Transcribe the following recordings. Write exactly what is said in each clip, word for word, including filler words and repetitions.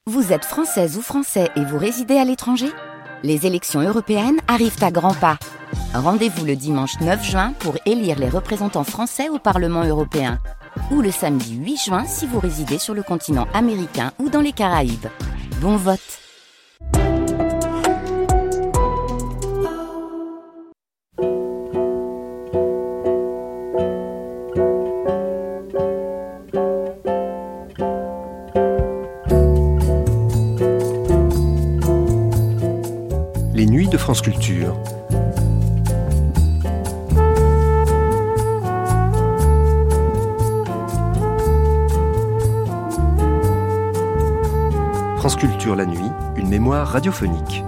Vous êtes française ou français et vous résidez à l'étranger ? Les élections européennes arrivent à grands pas. Rendez-vous le dimanche neuf juin pour élire les représentants français au Parlement européen. Ou le samedi huit juin si vous résidez sur le continent américain ou dans les Caraïbes. Bon vote! Les nuits de France Culture. France Culture la nuit, une mémoire radiophonique.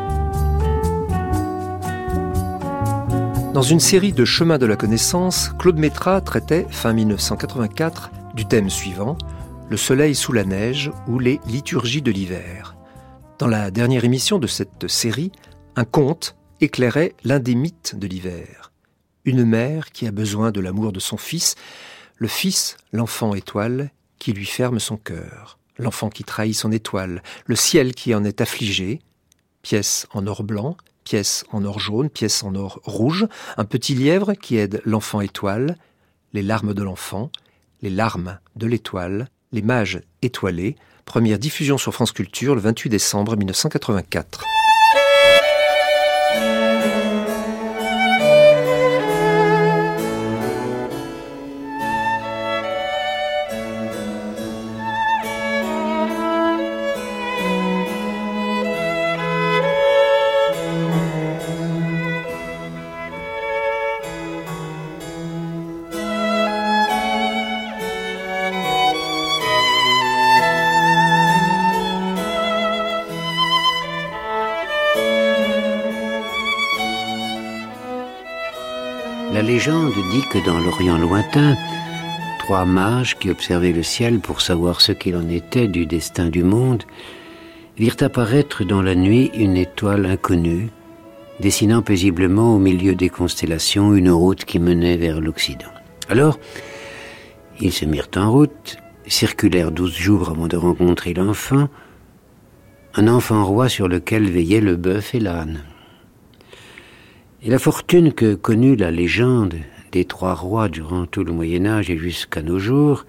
Dans une série de Chemins de la connaissance, Claude Métras traitait, fin dix-neuf cent quatre-vingt-quatre, du thème suivant, le soleil sous la neige ou les liturgies de l'hiver. Dans la dernière émission de cette série, un conte éclairait l'un des mythes de l'hiver. Une mère qui a besoin de l'amour de son fils, le fils, l'enfant étoile, qui lui ferme son cœur. L'enfant qui trahit son étoile, le ciel qui en est affligé, pièce en or blanc, pièce en or jaune, pièce en or rouge, un petit lièvre qui aide l'enfant étoile, les larmes de l'enfant, les larmes de l'étoile, les mages étoilés. Première diffusion sur France Culture le vingt-huit décembre mille neuf cent quatre-vingt-quatre. La légende dit que dans l'Orient lointain, trois mages qui observaient le ciel pour savoir ce qu'il en était du destin du monde, virent apparaître dans la nuit une étoile inconnue, dessinant paisiblement au milieu des constellations une route qui menait vers l'Occident. Alors, ils se mirent en route, circulèrent douze jours avant de rencontrer l'enfant, un enfant roi sur lequel veillaient le bœuf et l'âne. Et la fortune que connut la légende des trois rois durant tout le Moyen-Âge et jusqu'à nos jours,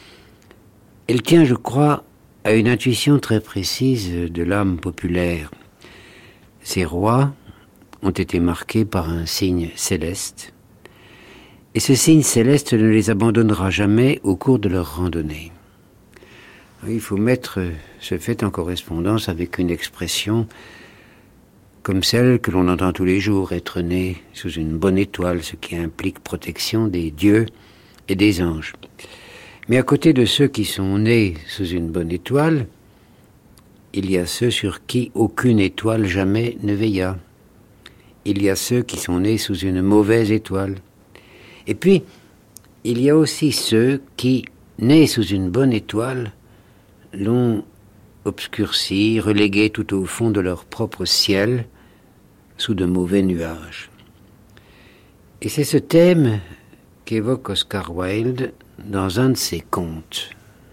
elle tient, je crois, à une intuition très précise de l'âme populaire. Ces rois ont été marqués par un signe céleste, et ce signe céleste ne les abandonnera jamais au cours de leur randonnée. Il faut mettre ce fait en correspondance avec une expression comme celle que l'on entend tous les jours, être né sous une bonne étoile, ce qui implique protection des dieux et des anges. Mais à côté de ceux qui sont nés sous une bonne étoile, il y a ceux sur qui aucune étoile jamais ne veilla. Il y a ceux qui sont nés sous une mauvaise étoile. Et puis, il y a aussi ceux qui, nés sous une bonne étoile, l'ont obscurci, relégués tout au fond de leur propre ciel, sous de mauvais nuages. Et c'est ce thème qu'évoque Oscar Wilde dans un de ses contes.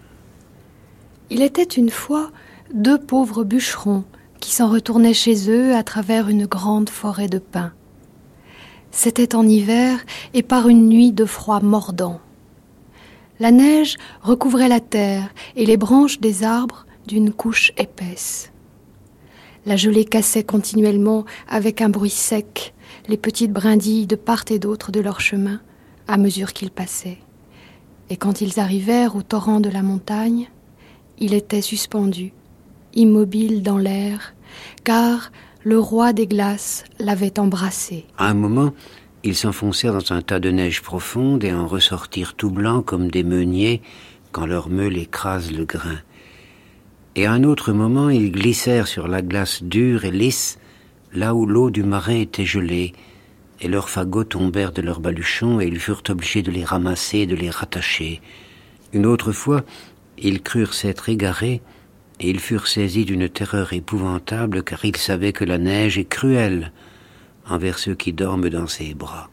Il était une fois deux pauvres bûcherons qui s'en retournaient chez eux à travers une grande forêt de pins. C'était en hiver et par une nuit de froid mordant. La neige recouvrait la terre et les branches des arbres d'une couche épaisse. La gelée cassait continuellement avec un bruit sec les petites brindilles de part et d'autre de leur chemin à mesure qu'ils passaient. Et quand ils arrivèrent au torrent de la montagne, il était suspendu, immobile dans l'air, car le roi des glaces l'avait embrassé. À un moment, ils s'enfoncèrent dans un tas de neige profonde et en ressortirent tout blancs comme des meuniers quand leur meule écrase le grain. Et à un autre moment, ils glissèrent sur la glace dure et lisse, là où l'eau du marais était gelée, et leurs fagots tombèrent de leurs baluchons, et ils furent obligés de les ramasser et de les rattacher. Une autre fois, ils crurent s'être égarés, et ils furent saisis d'une terreur épouvantable, car ils savaient que la neige est cruelle envers ceux qui dorment dans ses bras.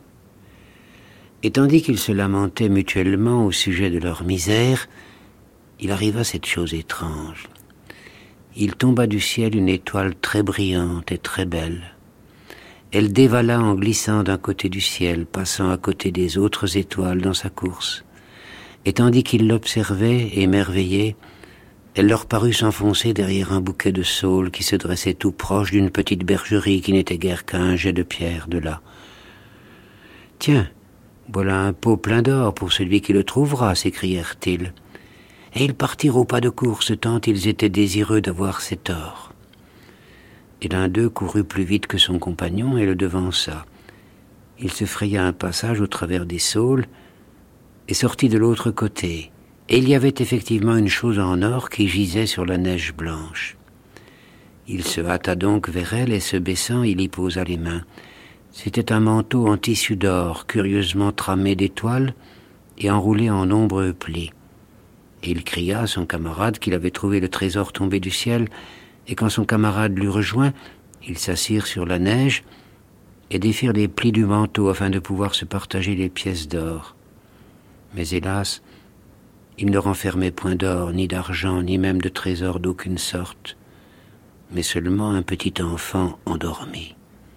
Et tandis qu'ils se lamentaient mutuellement au sujet de leur misère, il arriva cette chose étrange. il tomba du ciel une étoile très brillante et très belle. Elle dévala en glissant d'un côté du ciel, passant à côté des autres étoiles dans sa course. Et tandis qu'il l'observait, émerveillé, elle leur parut s'enfoncer derrière un bouquet de saules qui se dressait tout proche d'une petite bergerie qui n'était guère qu'un jet de pierre de là. « Tiens, voilà un pot plein d'or pour celui qui le trouvera » s'écrièrent-ils. Et ils partirent au pas de course tant ils étaient désireux d'avoir cet or. Et l'un d'eux courut plus vite que son compagnon et le devança. Il se fraya un passage au travers des saules et sortit de l'autre côté. Et il y avait effectivement une chose en or qui gisait sur la neige blanche. Il se hâta donc vers elle et se baissant, il y posa les mains. C'était un manteau en tissu d'or, curieusement tramé d'étoiles et enroulé en nombreux plis. Et il cria à son camarade qu'il avait trouvé le trésor tombé du ciel, et quand son camarade l'eut rejoint, ils s'assirent sur la neige et défirent les plis du manteau afin de pouvoir se partager les pièces d'or. Mais hélas, il ne renfermait point d'or, ni d'argent, ni même de trésor d'aucune sorte, mais seulement un petit enfant endormi.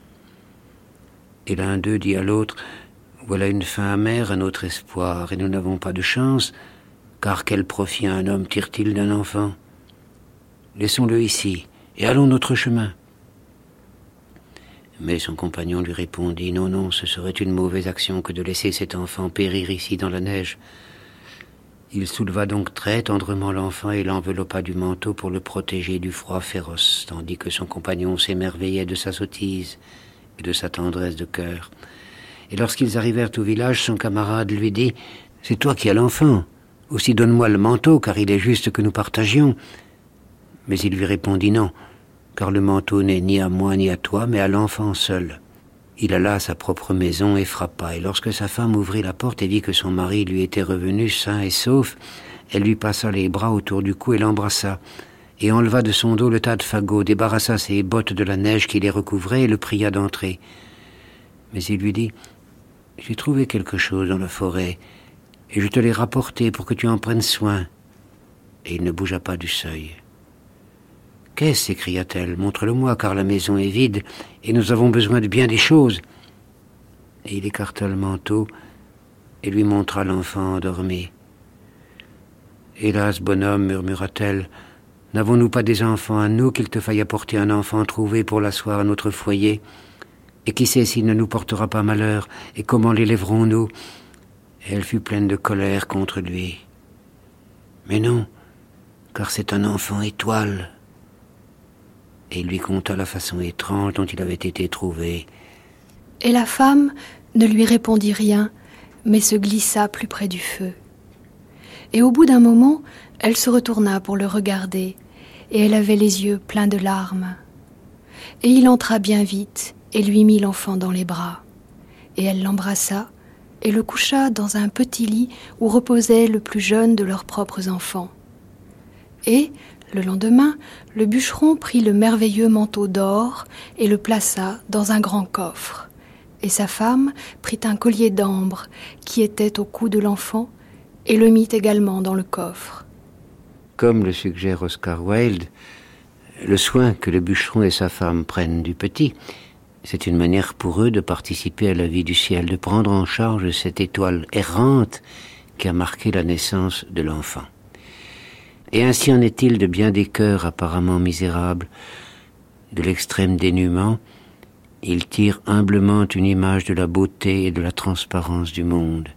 Et l'un d'eux dit à l'autre, « Voilà une fin amère à notre espoir, et nous n'avons pas de chance, car quel profit un homme tire-t-il d'un enfant ? Laissons-le ici, et allons notre chemin. » Mais son compagnon lui répondit, « Non, non, ce serait une mauvaise action que de laisser cet enfant périr ici dans la neige. » Il souleva donc très tendrement l'enfant et l'enveloppa du manteau pour le protéger du froid féroce, tandis que son compagnon s'émerveillait de sa sottise et de sa tendresse de cœur. Et lorsqu'ils arrivèrent au village, son camarade lui dit, « C'est toi qui as l'enfant, aussi donne-moi le manteau, car il est juste que nous partagions. » Mais il lui répondit, « Non, car le manteau n'est ni à moi ni à toi, mais à l'enfant seul. » Il alla à sa propre maison et frappa, et lorsque sa femme ouvrit la porte et vit que son mari lui était revenu sain et sauf, elle lui passa les bras autour du cou et l'embrassa, et enleva de son dos le tas de fagots, débarrassa ses bottes de la neige qui les recouvrait et le pria d'entrer. Mais il lui dit, « J'ai trouvé quelque chose dans la forêt, et je te l'ai rapporté pour que tu en prennes soin. » Et il ne bougea pas du seuil. « Qu'est-ce » s'écria-t-elle, « montre-le-moi, car la maison est vide, et nous avons besoin de bien des choses. » Et il écarta le manteau et lui montra l'enfant endormi. « Hélas, bonhomme, murmura-t-elle, n'avons-nous pas des enfants à nous qu'il te faille apporter un enfant trouvé pour l'asseoir à notre foyer? Et qui sait s'il ne nous portera pas malheur, et comment l'élèverons-nous » Et elle fut pleine de colère contre lui. « Mais non, car c'est un enfant étoile. » Et il lui conta la façon étrange dont il avait été trouvé. Et la femme ne lui répondit rien, mais se glissa plus près du feu. Et au bout d'un moment, elle se retourna pour le regarder, et elle avait les yeux pleins de larmes. Et il entra bien vite, et lui mit l'enfant dans les bras. Et elle l'embrassa, et le coucha dans un petit lit où reposait le plus jeune de leurs propres enfants. Et, le lendemain, le bûcheron prit le merveilleux manteau d'or et le plaça dans un grand coffre. Et sa femme prit un collier d'ambre qui était au cou de l'enfant et le mit également dans le coffre. Comme le suggère Oscar Wilde, le soin que le bûcheron et sa femme prennent du petit, c'est une manière pour eux de participer à la vie du ciel, de prendre en charge cette étoile errante qui a marqué la naissance de l'enfant. Et ainsi en est-il de bien des cœurs apparemment misérables. De l'extrême dénuement, ils tirent humblement une image de la beauté et de la transparence du monde.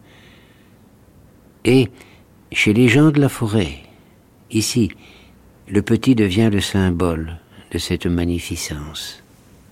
Et, chez les gens de la forêt, ici, le petit devient le symbole de cette magnificence.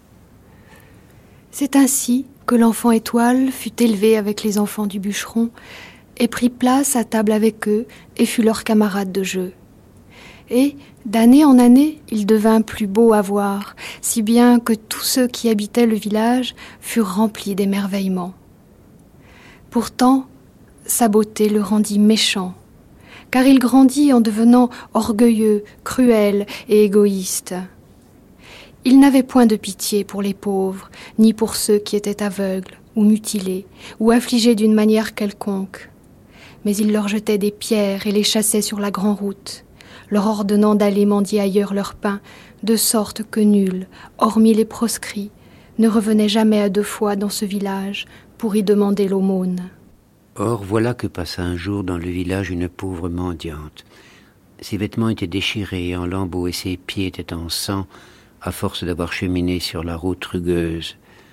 C'est ainsi que l'enfant étoile fut élevé avec les enfants du bûcheron et prit place à table avec eux et fut leur camarade de jeu. Et, d'année en année, il devint plus beau à voir, si bien que tous ceux qui habitaient le village furent remplis d'émerveillement. Pourtant, sa beauté le rendit méchant, car il grandit en devenant orgueilleux, cruel et égoïste. Il n'avait point de pitié pour les pauvres, ni pour ceux qui étaient aveugles, ou mutilés, ou affligés d'une manière quelconque. Mais il leur jetait des pierres et les chassait sur la grande route, leur ordonnant d'aller mendier ailleurs leur pain, de sorte que nul, hormis les proscrits, ne revenait jamais à deux fois dans ce village pour y demander l'aumône. Or, voilà que passa un jour dans le village une pauvre mendiante. Ses vêtements étaient déchirés en lambeaux et ses pieds étaient en sang, à force d'avoir cheminé sur la route rugueuse.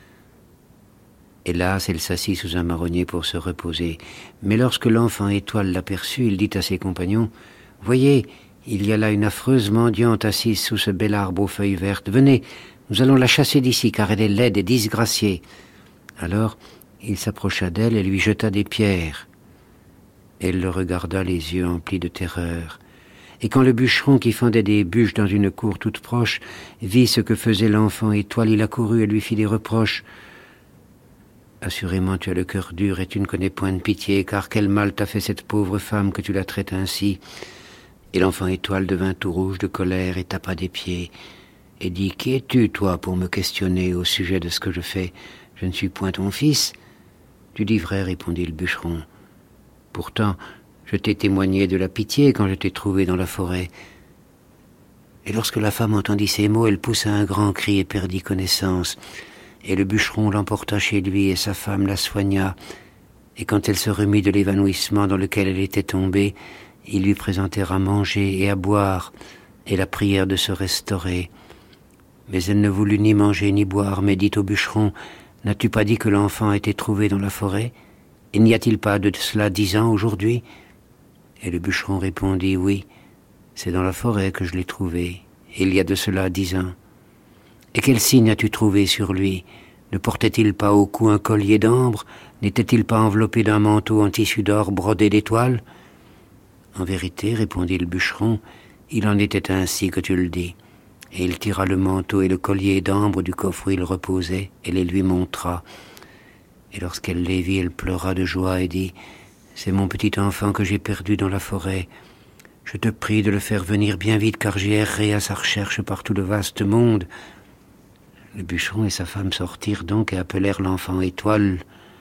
Hélas, elle s'assit sous un marronnier pour se reposer. Mais lorsque l'enfant étoile l'aperçut, il dit à ses compagnons, « Voyez, il y a là une affreuse mendiante assise sous ce bel arbre aux feuilles vertes. Venez, nous allons la chasser d'ici, car elle est laide et disgraciée. » Alors, il s'approcha d'elle et lui jeta des pierres. Elle le regarda les yeux emplis de terreur. Et quand le bûcheron qui fendait des bûches dans une cour toute proche vit ce que faisait l'enfant étoile, il accourut et lui fit des reproches. « Assurément, tu as le cœur dur et tu ne connais point de pitié, car quel mal t'a fait cette pauvre femme que tu la traites ainsi ?» Et l'enfant étoile devint tout rouge de colère et tapa des pieds, et dit « Qui es-tu, toi, pour me questionner au sujet de ce que je fais? Je ne suis point ton fils. » « Tu dis vrai, répondit le bûcheron. Pourtant, je t'ai témoigné de la pitié quand je t'ai trouvé dans la forêt. » Et lorsque la femme entendit ces mots, elle poussa un grand cri et perdit connaissance. Et le bûcheron l'emporta chez lui et sa femme la soigna. Et quand elle se remit de l'évanouissement dans lequel elle était tombée, ils lui présentèrent à manger et à boire et la prière de se restaurer. Mais elle ne voulut ni manger ni boire, mais dit au bûcheron, « N'as-tu pas dit que l'enfant a été trouvé dans la forêt? Et n'y a-t-il pas de cela dix ans aujourd'hui ?» Et le bûcheron répondit, « Oui, c'est dans la forêt que je l'ai trouvé, et il y a de cela dix ans. » « Et quel signe as-tu trouvé sur lui? Ne portait-il pas au cou un collier d'ambre? N'était-il pas enveloppé d'un manteau en tissu d'or brodé d'étoiles ?»« En vérité, répondit le bûcheron, il en était ainsi que tu le dis. » Et il tira le manteau et le collier d'ambre du coffre où il reposait et les lui montra. Et lorsqu'elle les vit, elle pleura de joie et dit, « C'est mon petit enfant que j'ai perdu dans la forêt. Je te prie de le faire venir bien vite, car j'y errerai à sa recherche par tout le vaste monde. » Le bûcheron et sa femme sortirent donc et appelèrent l'enfant étoile,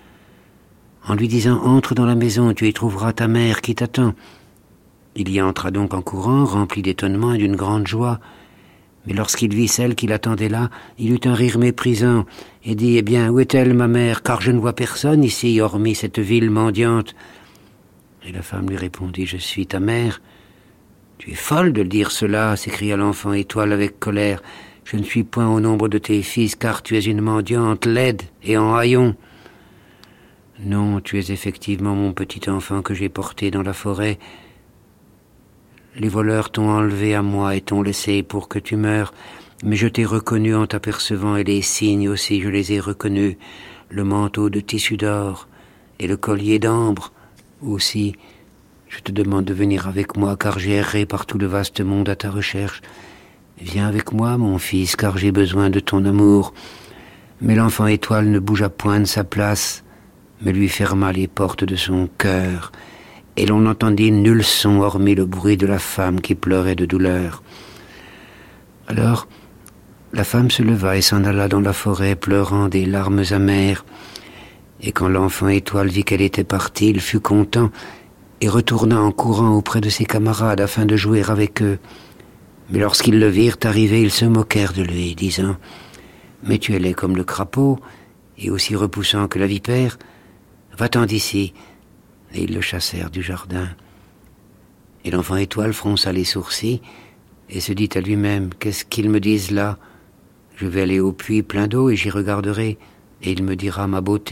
en lui disant, « Entre dans la maison, tu y trouveras ta mère qui t'attend. » Il y entra donc en courant, rempli d'étonnement et d'une grande joie. Mais lorsqu'il vit celle qui l'attendait là, il eut un rire méprisant et dit, « Eh bien, où est-elle, ma mère, car je ne vois personne ici, hormis cette ville mendiante. » Et la femme lui répondit, « Je suis ta mère. »« Tu es folle de dire cela, s'écria l'enfant étoile avec colère. Je ne suis point au nombre de tes fils, car tu es une mendiante, laide et en haillons. »« Non, tu es effectivement mon petit enfant que j'ai porté dans la forêt. Les voleurs t'ont enlevé à moi et t'ont laissé pour que tu meures, mais je t'ai reconnu en t'apercevant et les signes aussi je les ai reconnus, le manteau de tissu d'or et le collier d'ambre. Aussi, je te demande de venir avec moi, car j'ai erré par tout le vaste monde à ta recherche. Viens avec moi, mon fils, car j'ai besoin de ton amour. » Mais l'enfant étoile ne bougea point de sa place, mais lui ferma les portes de son cœur, et l'on n'entendit nul son hormis le bruit de la femme qui pleurait de douleur. Alors, la femme se leva et s'en alla dans la forêt, pleurant des larmes amères. Et quand l'enfant étoile vit qu'elle était partie, il fut content et retourna en courant auprès de ses camarades afin de jouer avec eux. Mais lorsqu'ils le virent arriver, ils se moquèrent de lui, disant « Mais tu es laid comme le crapaud, et aussi repoussant que la vipère. Va-t'en d'ici. » Et ils le chassèrent du jardin. Et l'enfant étoile fronça les sourcils et se dit à lui-même « Qu'est-ce qu'ils me disent là? Je vais aller au puits plein d'eau et j'y regarderai, et il me dira ma beauté. »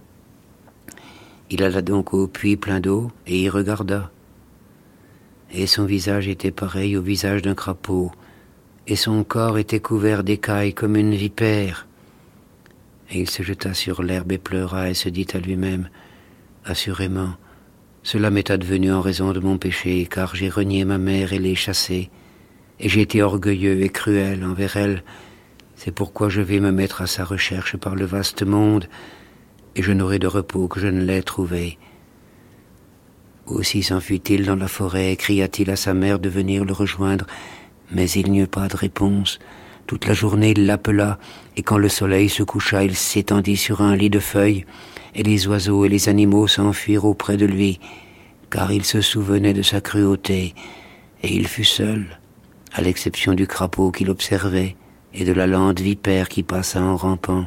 Il alla donc au puits plein d'eau et y regarda. Et son visage était pareil au visage d'un crapaud, et son corps était couvert d'écailles comme une vipère. Et il se jeta sur l'herbe et pleura et se dit à lui-même « Assurément, cela m'est advenu en raison de mon péché, car j'ai renié ma mère et l'ai chassée, et j'ai été orgueilleux et cruel envers elle. C'est pourquoi je vais me mettre à sa recherche par le vaste monde, et je n'aurai de repos que je ne l'ai trouvé. » Aussi s'enfuit-il dans la forêt et cria-t-il à sa mère de venir le rejoindre, mais il n'y eut pas de réponse. Toute la journée il l'appela, et quand le soleil se coucha, il s'étendit sur un lit de feuilles, et les oiseaux et les animaux s'enfuirent auprès de lui, car il se souvenait de sa cruauté, et il fut seul, à l'exception du crapaud qu'il observait et de la lente vipère qui passa en rampant.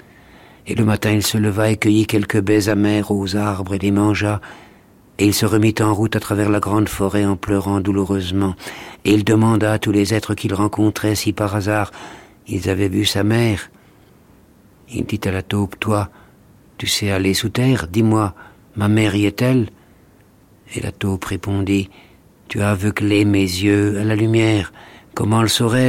Et le matin il se leva et cueillit quelques baies amères aux arbres et les mangea, et il se remit en route à travers la grande forêt en pleurant douloureusement, et il demanda à tous les êtres qu'il rencontrait si par hasard ils avaient vu sa mère. Il dit à la taupe, « Toi, tu sais aller sous terre, dis-moi, ma mère y est-elle » Et la taupe répondit, « Tu as aveuglé mes yeux à la lumière, comment le saurais-je »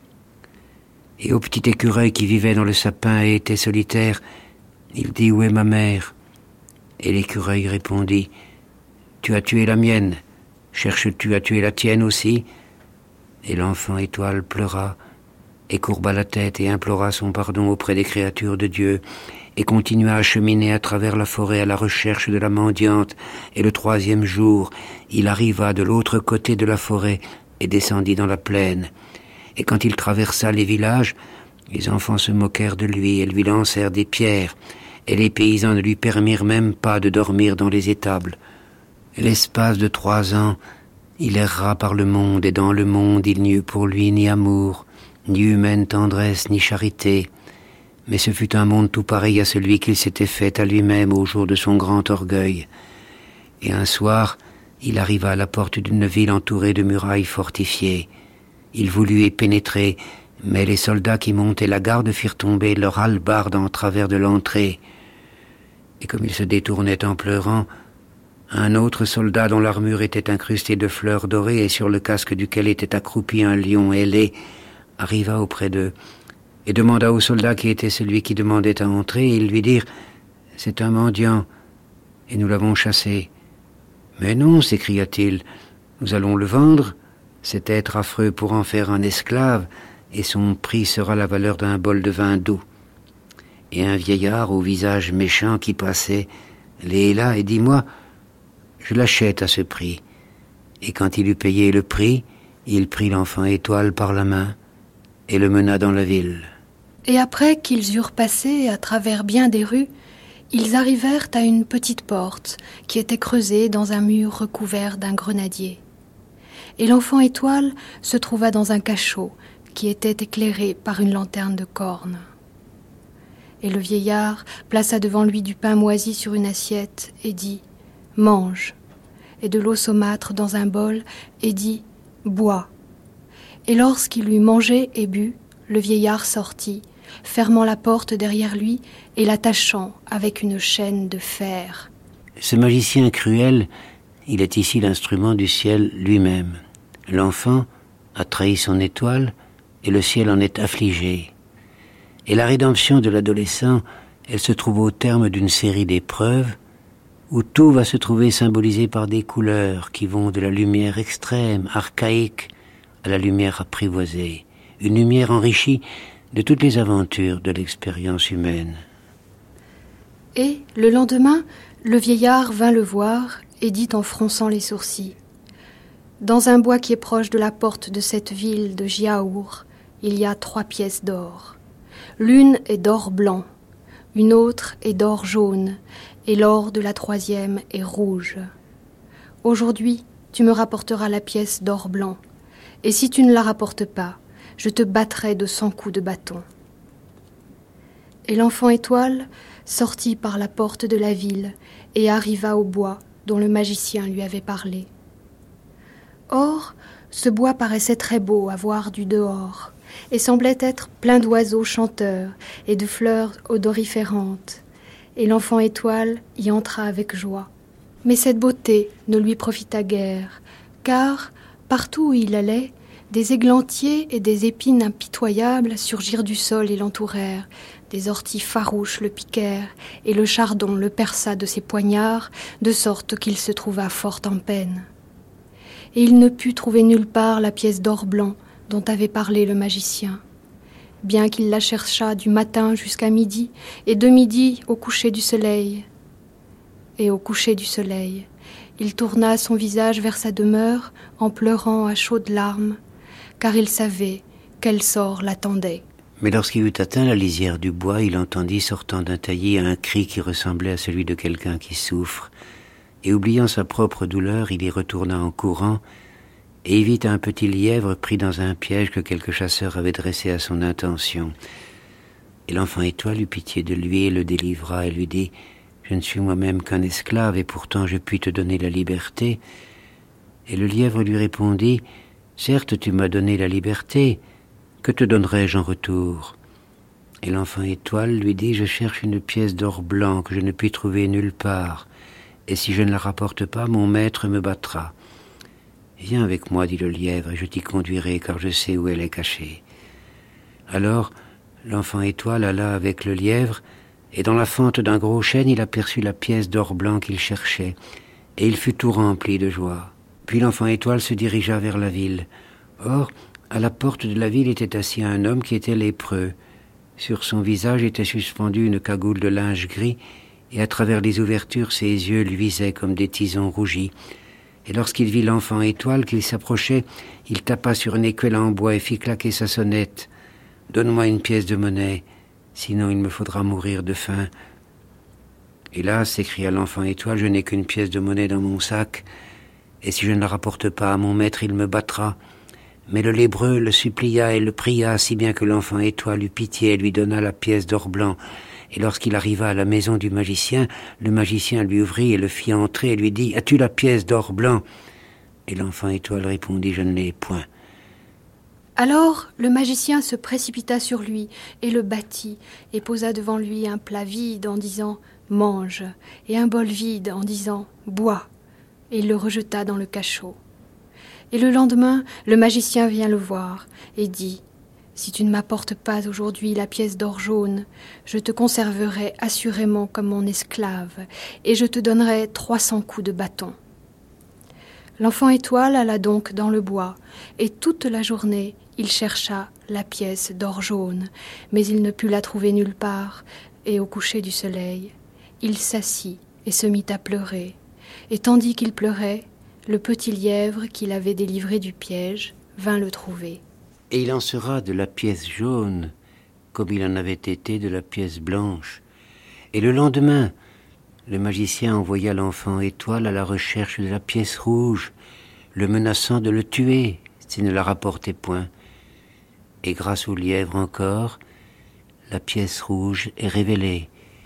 Et au petit écureuil qui vivait dans le sapin et était solitaire, il dit, « Où est ma mère ?» Et l'écureuil répondit, « Tu as tué la mienne, cherches-tu à tuer la tienne aussi ?» Et l'enfant étoile pleura, et courba la tête et implora son pardon auprès des créatures de Dieu, et continua à cheminer à travers la forêt à la recherche de la mendiante, et le troisième jour, il arriva de l'autre côté de la forêt et descendit dans la plaine. Et quand il traversa les villages, les enfants se moquèrent de lui et lui lancèrent des pierres, et les paysans ne lui permirent même pas de dormir dans les étables. L'espace de trois ans, il erra par le monde, et dans le monde il n'y eut pour lui ni amour, ni humaine tendresse, ni charité. Mais ce fut un monde tout pareil à celui qu'il s'était fait à lui-même au jour de son grand orgueil. Et un soir, il arriva à la porte d'une ville entourée de murailles fortifiées. Il voulut y pénétrer, mais les soldats qui montaient la garde firent tomber leur hallebarde en travers de l'entrée. Et comme il se détournait en pleurant, un autre soldat dont l'armure était incrustée de fleurs dorées et sur le casque duquel était accroupi un lion ailé, arriva auprès d'eux et demanda au soldat qui était celui qui demandait à entrer, et ils lui dirent « C'est un mendiant, et nous l'avons chassé. »« Mais non, s'écria-t-il, nous allons le vendre, cet être affreux pour en faire un esclave, et son prix sera la valeur d'un bol de vin doux. » Et un vieillard au visage méchant qui passait les héla et dit « Moi, je l'achète à ce prix. » Et quand il eut payé le prix, il prit l'enfant étoile par la main et le mena dans la ville. Et après qu'ils eurent passé à travers bien des rues, ils arrivèrent à une petite porte qui était creusée dans un mur recouvert d'un grenadier. Et l'enfant étoile se trouva dans un cachot qui était éclairé par une lanterne de corne. Et le vieillard plaça devant lui du pain moisi sur une assiette et dit « Mange » et de l'eau saumâtre dans un bol et dit « Bois ». Et lorsqu'il eut mangé et bu, le vieillard sortit, fermant la porte derrière lui et l'attachant avec une chaîne de fer. Ce magicien cruel, il est ici l'instrument du ciel lui-même. L'enfant a trahi son étoile et le ciel en est affligé. Et la rédemption de l'adolescent, elle se trouve au terme d'une série d'épreuves où tout va se trouver symbolisé par des couleurs qui vont de la lumière extrême, archaïque, à la lumière apprivoisée, une lumière enrichie de toutes les aventures de l'expérience humaine. Et, le lendemain, le vieillard vint le voir et dit en fronçant les sourcils « Dans un bois qui est proche de la porte de cette ville de Giaour, il y a trois pièces d'or. L'une est d'or blanc, une autre est d'or jaune, et l'or de la troisième est rouge. Aujourd'hui, tu me rapporteras la pièce d'or blanc, et si tu ne la rapportes pas, je te battrai de cent coups de bâton. » Et l'enfant étoile sortit par la porte de la ville et arriva au bois dont le magicien lui avait parlé. Or, ce bois paraissait très beau à voir du dehors et semblait être plein d'oiseaux chanteurs et de fleurs odoriférantes. Et l'enfant étoile y entra avec joie. Mais cette beauté ne lui profita guère, car, partout où il allait, des églantiers et des épines impitoyables surgirent du sol et l'entourèrent, des orties farouches le piquèrent, et le chardon le perça de ses poignards, de sorte qu'il se trouva fort en peine. Et il ne put trouver nulle part la pièce d'or blanc dont avait parlé le magicien, bien qu'il la cherchât du matin jusqu'à midi, et de midi au coucher du soleil. Et au coucher du soleil, il tourna son visage vers sa demeure en pleurant à chaudes larmes, car il savait quel sort l'attendait. Mais lorsqu'il eut atteint la lisière du bois, il entendit sortant d'un taillis un cri qui ressemblait à celui de quelqu'un qui souffre, et oubliant sa propre douleur, il y retourna en courant, et y vit un petit lièvre pris dans un piège que quelques chasseurs avaient dressé à son intention. Et l'enfant étoile eut pitié de lui et le délivra et lui dit « Je ne suis moi-même qu'un esclave et pourtant je puis te donner la liberté. » Et le lièvre lui répondit « Certes, tu m'as donné la liberté, que te donnerai-je en retour ?» Et l'enfant étoile lui dit « Je cherche une pièce d'or blanc que je ne puis trouver nulle part, et si je ne la rapporte pas, mon maître me battra. » « Viens avec moi, dit le lièvre, et je t'y conduirai, car je sais où elle est cachée. » Alors, l'enfant étoile alla avec le lièvre, et dans la fente d'un gros chêne, il aperçut la pièce d'or blanc qu'il cherchait, et il fut tout rempli de joie. Puis l'enfant étoile se dirigea vers la ville. Or, à la porte de la ville était assis un homme qui était lépreux. Sur son visage était suspendue une cagoule de linge gris, et à travers les ouvertures, ses yeux luisaient comme des tisons rougis. Et lorsqu'il vit l'enfant étoile qu'il s'approchait, il tapa sur une écuelle en bois et fit claquer sa sonnette. « Donne-moi une pièce de monnaie, sinon il me faudra mourir de faim. » « Hélas, s'écria l'enfant étoile, je n'ai qu'une pièce de monnaie dans mon sac, et si je ne la rapporte pas à mon maître, il me battra. » Mais le lépreux le supplia et le pria, si bien que l'enfant étoile eut pitié et lui donna la pièce d'or blanc. Et lorsqu'il arriva à la maison du magicien, le magicien lui ouvrit et le fit entrer et lui dit « As-tu la pièce d'or blanc ?» Et l'enfant étoile répondit « Je ne l'ai point. » Alors le magicien se précipita sur lui et le battit et posa devant lui un plat vide en disant « Mange » et un bol vide en disant « Bois » et il le rejeta dans le cachot. Et le lendemain, le magicien vient le voir et dit « Si tu ne m'apportes pas aujourd'hui la pièce d'or jaune, je te conserverai assurément comme mon esclave et je te donnerai trois cents coups de bâton. » L'enfant étoile alla donc dans le bois et toute la journée, il chercha la pièce d'or jaune, mais il ne put la trouver nulle part et au coucher du soleil, il s'assit et se mit à pleurer. Et tandis qu'il pleurait, le petit lièvre qu'il avait délivré du piège vint le trouver. Et il en sera de la pièce jaune, comme il en avait été de la pièce blanche. Et le lendemain, le magicien envoya l'enfant étoile à la recherche de la pièce rouge, le menaçant de le tuer s'il ne la rapportait point. Et grâce au lièvre encore, la pièce rouge est révélée.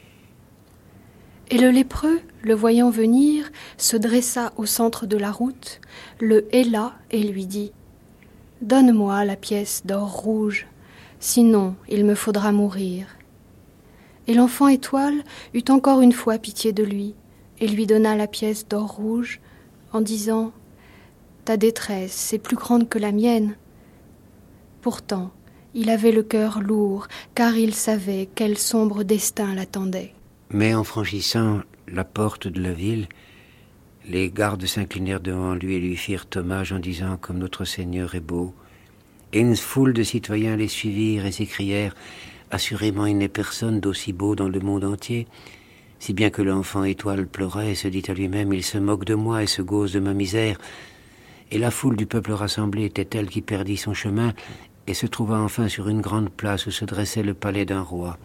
Et le lépreux, le voyant venir, se dressa au centre de la route, le héla et lui dit « Donne-moi la pièce d'or rouge, sinon il me faudra mourir. » Et l'enfant étoile eut encore une fois pitié de lui et lui donna la pièce d'or rouge en disant « Ta détresse est plus grande que la mienne. » Pourtant, il avait le cœur lourd car il savait quel sombre destin l'attendait. Mais en franchissant la porte de la ville, les gardes s'inclinèrent devant lui et lui firent hommage en disant « Comme notre Seigneur est beau !» Et une foule de citoyens les suivirent et s'écrièrent « Assurément il n'est personne d'aussi beau dans le monde entier !» Si bien que l'enfant étoile pleurait et se dit à lui-même « Il se moque de moi et se gauze de ma misère !» Et la foule du peuple rassemblé était telle qu'il perdit son chemin et se trouva enfin sur une grande place où se dressait le palais d'un roi.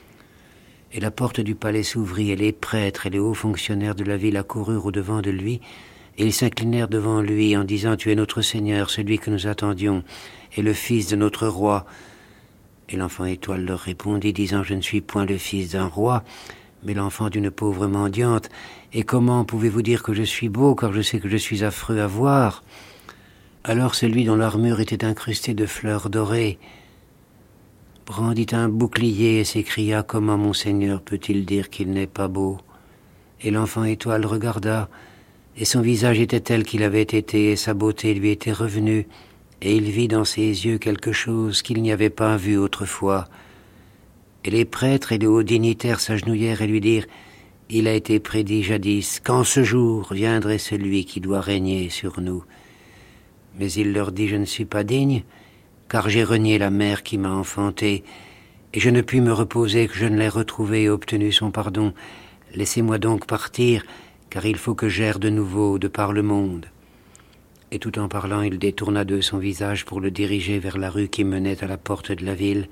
Et la porte du palais s'ouvrit, et les prêtres et les hauts fonctionnaires de la ville accoururent au-devant de lui, et ils s'inclinèrent devant lui en disant « Tu es notre Seigneur, celui que nous attendions, et le fils de notre roi. » Et l'enfant étoile leur répondit, disant « Je ne suis point le fils d'un roi, mais l'enfant d'une pauvre mendiante. Et comment pouvez-vous dire que je suis beau, car je sais que je suis affreux à voir ?» Alors celui dont l'armure était incrustée de fleurs dorées brandit un bouclier et s'écria « Comment mon Seigneur peut-il dire qu'il n'est pas beau ?» Et l'enfant étoile regarda, et son visage était tel qu'il avait été, et sa beauté lui était revenue, et il vit dans ses yeux quelque chose qu'il n'y avait pas vu autrefois. Et les prêtres et les hauts dignitaires s'agenouillèrent et lui dirent « Il a été prédit jadis qu'en ce jour viendrait celui qui doit régner sur nous. » Mais il leur dit « Je ne suis pas digne, car j'ai renié la mère qui m'a enfanté, et je ne puis me reposer que je ne l'ai retrouvé et obtenu son pardon. Laissez-moi donc partir, car il faut que j'erre de nouveau de par le monde. » Et tout en parlant, il détourna d'eux son visage pour le diriger vers la rue qui menait à la porte de la ville.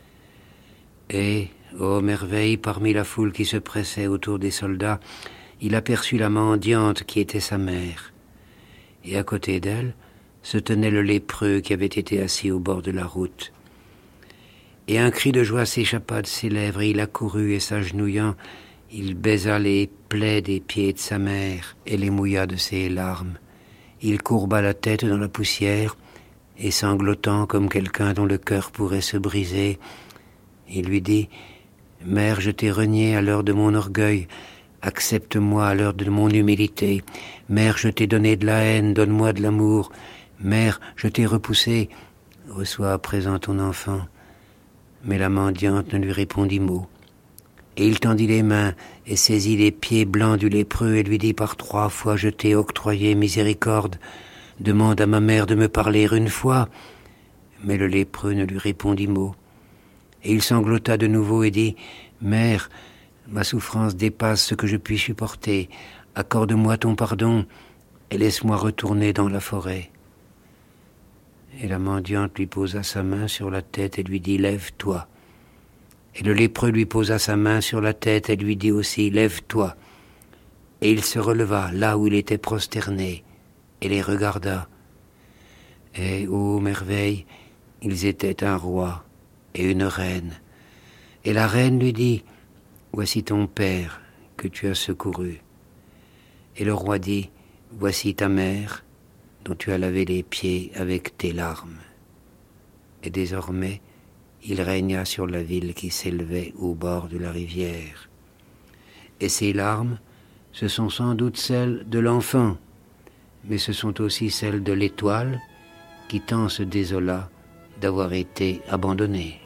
Et, ô merveille, parmi la foule qui se pressait autour des soldats, il aperçut la mendiante qui était sa mère. Et à côté d'elle, se tenait le lépreux qui avait été assis au bord de la route. Et un cri de joie s'échappa de ses lèvres, et il accourut, et s'agenouillant, il baisa les plaies des pieds de sa mère et les mouilla de ses larmes. Il courba la tête dans la poussière, et sanglotant comme quelqu'un dont le cœur pourrait se briser, il lui dit « Mère, je t'ai renié à l'heure de mon orgueil, accepte-moi à l'heure de mon humilité. Mère, je t'ai donné de la haine, donne-moi de l'amour. Mère, je t'ai repoussé, reçois à présent ton enfant. » Mais la mendiante ne lui répondit mot. Et il tendit les mains et saisit les pieds blancs du lépreux et lui dit « Par trois fois je t'ai octroyé miséricorde. Demande à ma mère de me parler une fois. » Mais le lépreux ne lui répondit mot. Et il sanglota de nouveau et dit « Mère, ma souffrance dépasse ce que je puis supporter. Accorde-moi ton pardon et laisse-moi retourner dans la forêt. » Et la mendiante lui posa sa main sur la tête et lui dit « Lève-toi. » Et le lépreux lui posa sa main sur la tête et lui dit aussi « Lève-toi. » Et il se releva là où il était prosterné et les regarda. Et, ô merveille, ils étaient un roi et une reine. Et la reine lui dit « Voici ton père que tu as secouru. » Et le roi dit « Voici ta mère dont tu as lavé les pieds avec tes larmes. » Et désormais, il régna sur la ville qui s'élevait au bord de la rivière. Et ces larmes, ce sont sans doute celles de l'enfant, mais ce sont aussi celles de l'étoile qui tant se désola d'avoir été abandonnée.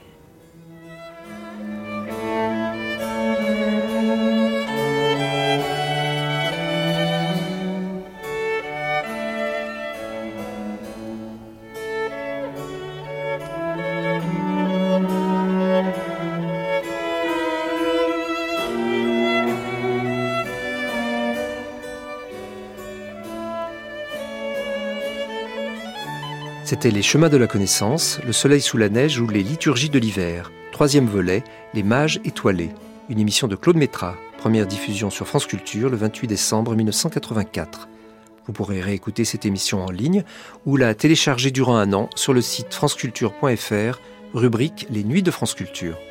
C'était Les Chemins de la Connaissance, Le Soleil sous la neige ou Les Liturgies de l'hiver. Troisième volet, Les Mages étoilés. Une émission de Claude Métrat. Première diffusion sur France Culture le vingt-huit décembre mille neuf cent quatre-vingt-quatre. Vous pourrez réécouter cette émission en ligne ou la télécharger durant un an sur le site franceculture point f r, rubrique Les Nuits de France Culture.